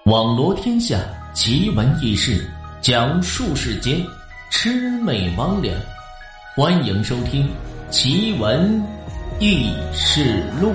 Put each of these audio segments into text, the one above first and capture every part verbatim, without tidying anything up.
网罗天下奇闻异事，讲述世间魑魅魍魉。欢迎收听《奇闻异事录》。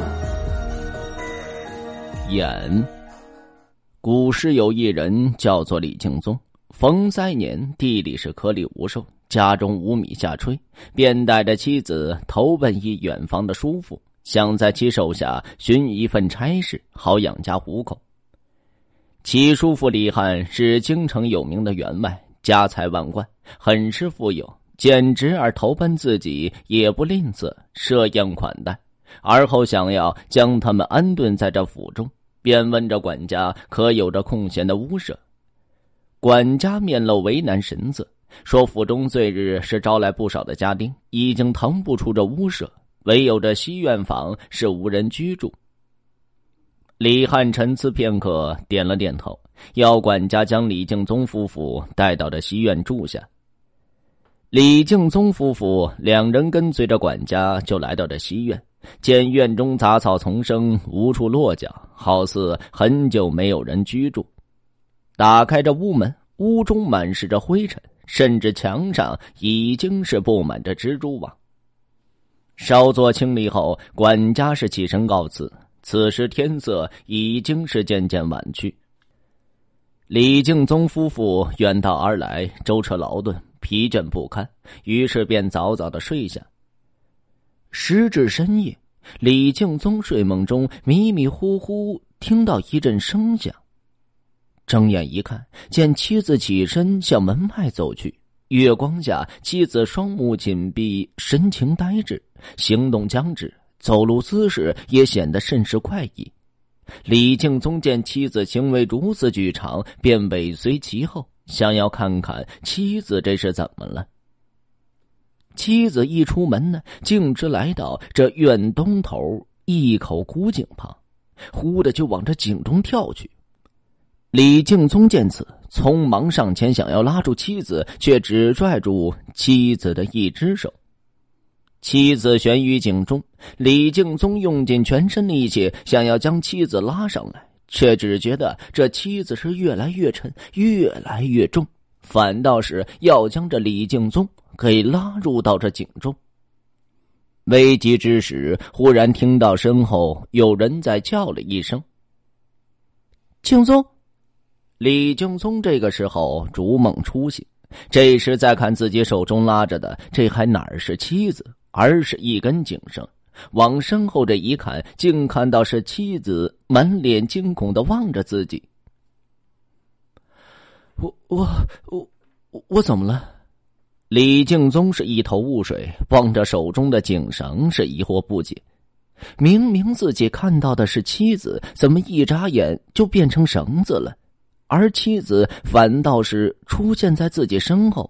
演古时有一人叫做李敬宗，逢灾年地里是颗粒无收，家中无米下炊，便带着妻子投奔一远房的叔父，想在其手下寻一份差事，好养家糊口。其叔父李汉是京城有名的员外，家财万贯，很是富有，见侄儿投奔自己也不吝啬，设宴款待，而后想要将他们安顿在这府中，便问着管家可有着空闲的屋舍。管家面露为难神色，说府中最日是招来不少的家丁，已经腾不出这屋舍，唯有这西院房是无人居住。李汉沉思片刻，点了点头，要管家将李敬宗夫妇带到这西院住下。李敬宗夫妇两人跟随着管家就来到这西院，见院中杂草丛生，无处落脚，好似很久没有人居住。打开这屋门，屋中满是着灰尘，甚至墙上已经是布满着蜘蛛网。稍作清理后，管家是起身告辞。此时天色已经是渐渐晚去，李敬宗夫妇远道而来，舟车劳顿，疲倦不堪，于是便早早的睡下。时至深夜，李敬宗睡梦中迷迷糊糊听到一阵声响，睁眼一看，见妻子起身向门外走去。月光下，妻子双目紧闭，神情呆滞，行动僵滞，走路姿势也显得甚是怪异。李敬宗见妻子行为如此剧场，便尾随其后，想要看看妻子这是怎么了。妻子一出门呢，径直来到这院东头一口古井旁，忽的就往这井中跳去。李敬宗见此，匆忙上前想要拉住妻子，却只拽住妻子的一只手。妻子悬于井中，李敬宗用尽全身力气想要将妻子拉上来，却只觉得这妻子是越来越沉，越来越重，反倒是要将这李敬宗给拉入到这井中。危急之时，忽然听到身后有人在叫了一声：“敬宗！”李敬宗这个时候逐梦初醒，这时再看自己手中拉着的，这还哪儿是妻子，而是一根井绳。往身后这一看，竟看到是妻子满脸惊恐的望着自己。我我我我怎么了？李敬宗是一头雾水，望着手中的井绳是疑惑不解。明明自己看到的是妻子，怎么一眨眼就变成绳子了？而妻子反倒是出现在自己身后。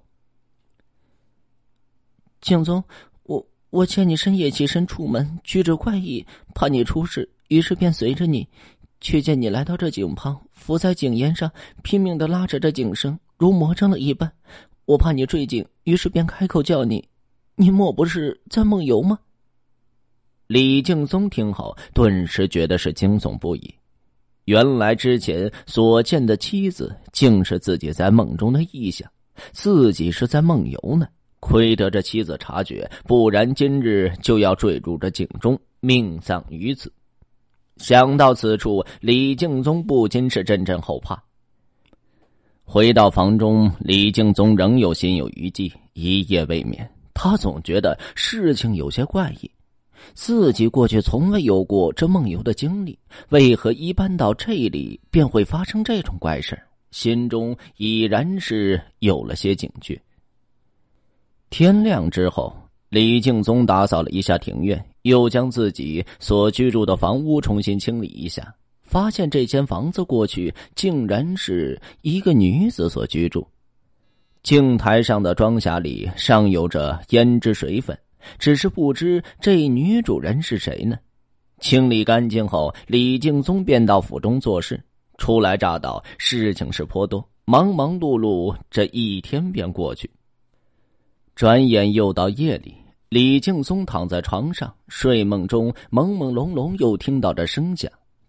敬宗，我我见你深夜起身出门，举止怪异，怕你出事，于是便随着你，却见你来到这井旁，伏在井沿上，拼命地拉着这井绳，如魔怔了一般。我怕你坠井，于是便开口叫你，你莫不是在梦游吗？李敬宗听后，顿时觉得是惊悚不已。原来之前所见的妻子竟是自己在梦中的臆想，自己是在梦游呢。亏得这妻子察觉，不然今日就要坠入这井中，命丧于此。想到此处，李敬宗不禁是阵阵后怕。回到房中，李敬宗仍有心有余悸，一夜未眠。他总觉得事情有些怪异，自己过去从未有过这梦游的经历，为何一搬到这里便会发生这种怪事？心中已然是有了些警觉。天亮之后，李敬宗打扫了一下庭院，又将自己所居住的房屋重新清理一下，发现这间房子过去竟然是一个女子所居住。镜台上的妆匣里尚有着胭脂水粉，只是不知这女主人是谁呢？清理干净后，李敬宗便到府中做事。初来乍到，事情是颇多，忙忙碌碌，这一天便过去。转眼又到夜里，李敬宗躺在床上，睡梦中朦朦胧胧又听到这声响，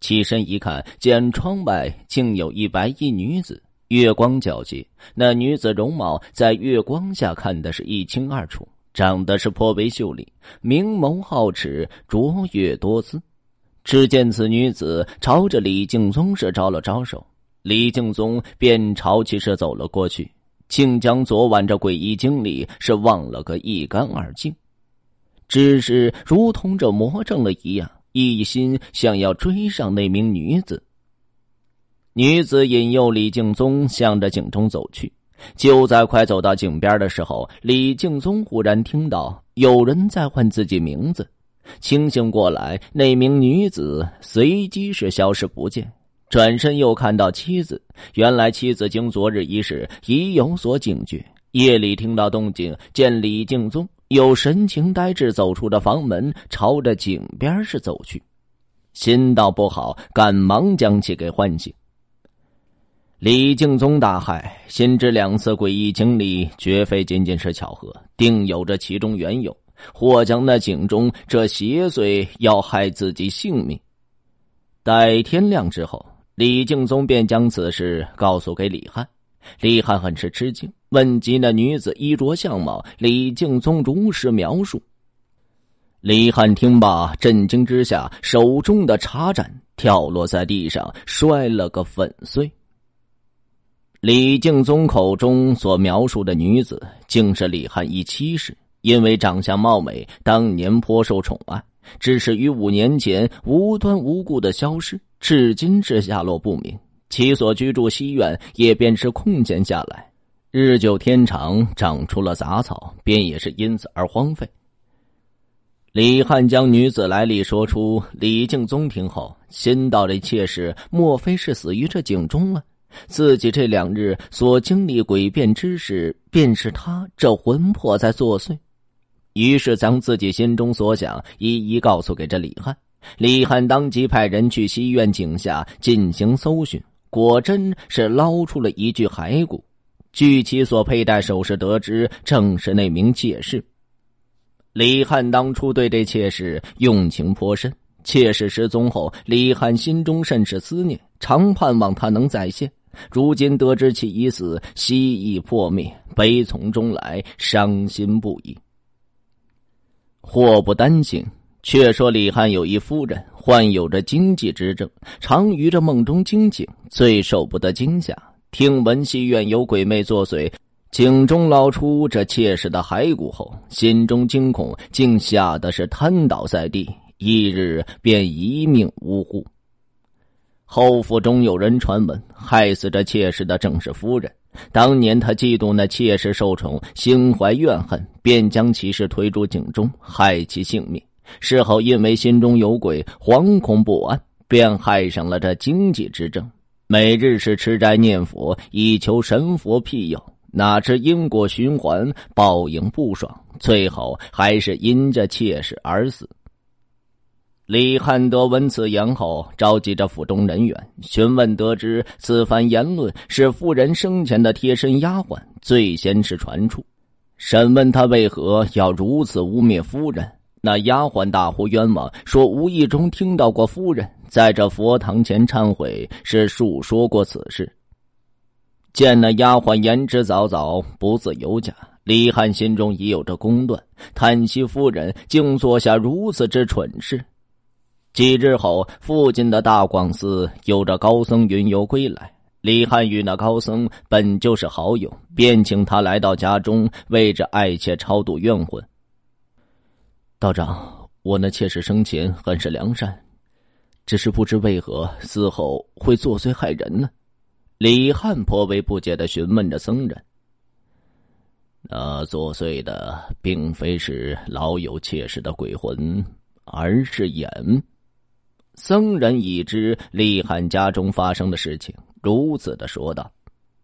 起身一看，见窗外竟有一白衣女子，月光皎洁，那女子容貌在月光下看的是一清二楚，长得是颇为秀丽，明眸皓齿，卓越多姿。只见此女子朝着李敬宗是招了招手，李敬宗便朝其是走了过去，竟将昨晚这诡异经历是忘了个一干二净，只是如同这魔怔了一样，一心想要追上那名女子。女子引诱李敬宗向着井中走去，就在快走到井边的时候，李敬宗忽然听到有人在唤自己名字，清醒过来，那名女子随即是消失不见，转身又看到妻子，原来妻子经昨日一事已有所警觉，夜里听到动静，见李敬宗有神情呆滞走出的房门，朝着井边是走去，心道不好，赶忙将其给唤醒。李敬宗大骇，心知两次诡异经历绝非仅仅是巧合，定有着其中缘由，或将那井中这邪祟要害自己性命。待天亮之后，李敬宗便将此事告诉给李翰。李翰很是吃惊，问及那女子衣着相貌，李敬宗如实描述。李翰听罢，震惊之下，手中的茶盏跳落在地上，摔了个粉碎。李敬宗口中所描述的女子，竟是李翰一妻室，因为长相貌美，当年颇受宠爱，只是于五年前无端无故的消失，至今是下落不明。其所居住西院也便是空闲下来，日久天长，长出了杂草，便也是因此而荒废。李翰将女子来历说出，李敬宗听后，心道这妾室莫非是死于这井中了？自己这两日所经历诡变之事，便是他这魂魄在作祟。于是将自己心中所想一一告诉给这李翰。李翰当即派人去西院井下进行搜寻，果真是捞出了一具骸骨。据其所佩戴首饰得知，正是那名妾室。李翰当初对这妾室用情颇深，妾室失踪后，李翰心中甚是思念，常盼望她能再现。如今得知其已死，希意破灭，悲从中来，伤心不已。祸不单行，却说李翰有一夫人，患有着惊悸之症，常于这梦中惊醒，最受不得惊吓。听闻西院有鬼魅作祟，井中捞出这妾室的骸骨后，心中惊恐，竟吓得是瘫倒在地，一日便一命呜呼。后府中有人传闻，害死这妾室的正是夫人。当年他嫉妒那妾室受宠，心怀怨恨，便将其是推入井中，害其性命。事后因为心中有鬼，惶恐不安，便害上了这惊悸之症。每日是吃斋念佛，以求神佛庇佑。哪知因果循环，报应不爽，最后还是因这妾室而死。李翰得闻此言后，召集着府中人员询问，得知此番言论是夫人生前的贴身丫鬟最先是传出。审问他为何要如此污蔑夫人，那丫鬟大呼冤枉，说无意中听到过夫人在这佛堂前忏悔，是述说过此事。见那丫鬟言之凿凿，不自由假，李翰心中已有着公断，叹息夫人竟做下如此之蠢事。几日后，附近的大广寺有着高僧云游归来，李翰与那高僧本就是好友，便请他来到家中，为这爱妾超度冤魂。道长，我那妾室生前很是良善，只是不知为何死后会作祟害人呢？李翰颇为不解地询问着僧人。那作祟的并非是老有妾室的鬼魂，而是眼。僧人已知李翰家中发生的事情，如此的说道：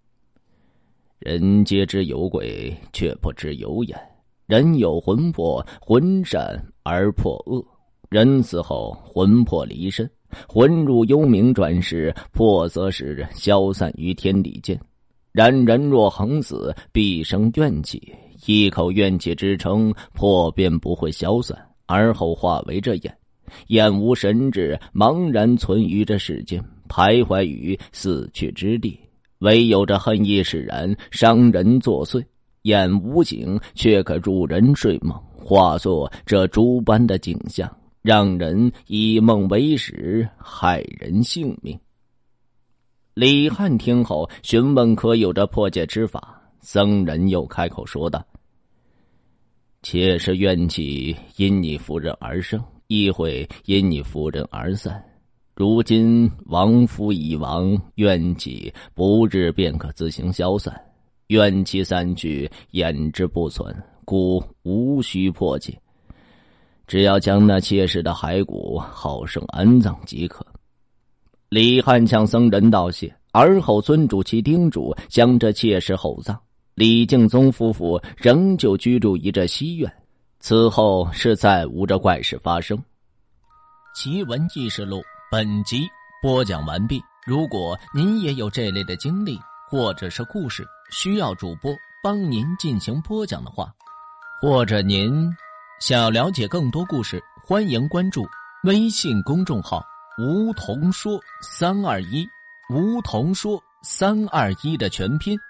人皆知有鬼，却不知有眼。人有魂魄，魂善而魄恶。人死后魂魄离身，魂入幽冥转世，魄则是消散于天地间。然人若横死，必生怨气，一口怨气支撑，魄便不会消散，而后化为这眼。 眼无神志，茫然存于这世间，徘徊于死去之地，唯有这恨意使然，伤人作祟。眼无醒，却可助人睡梦，化作这诸般的景象，让人以梦为食，害人性命。李汉听后询问可有这破解之法，僧人又开口说道：妾是怨气因你夫人而生，亦会因你夫人而散。如今亡夫已亡，怨气不日便可自行消散，怨气散去，眼之不存，故无需破解，只要将那妾室的骸骨好生安葬即可。李汉向僧人道谢，而后遵主其叮嘱，将这妾室厚葬。李敬宗夫妇仍旧居住于这西院，此后是再无这怪事发生。 奇闻异事录本集播讲完毕。如果您也有这类的经历或者是故事，需要主播帮您进行播讲的话，或者您想要了解更多故事，欢迎关注微信公众号梧桐说三二一，梧桐说三二一的全拼。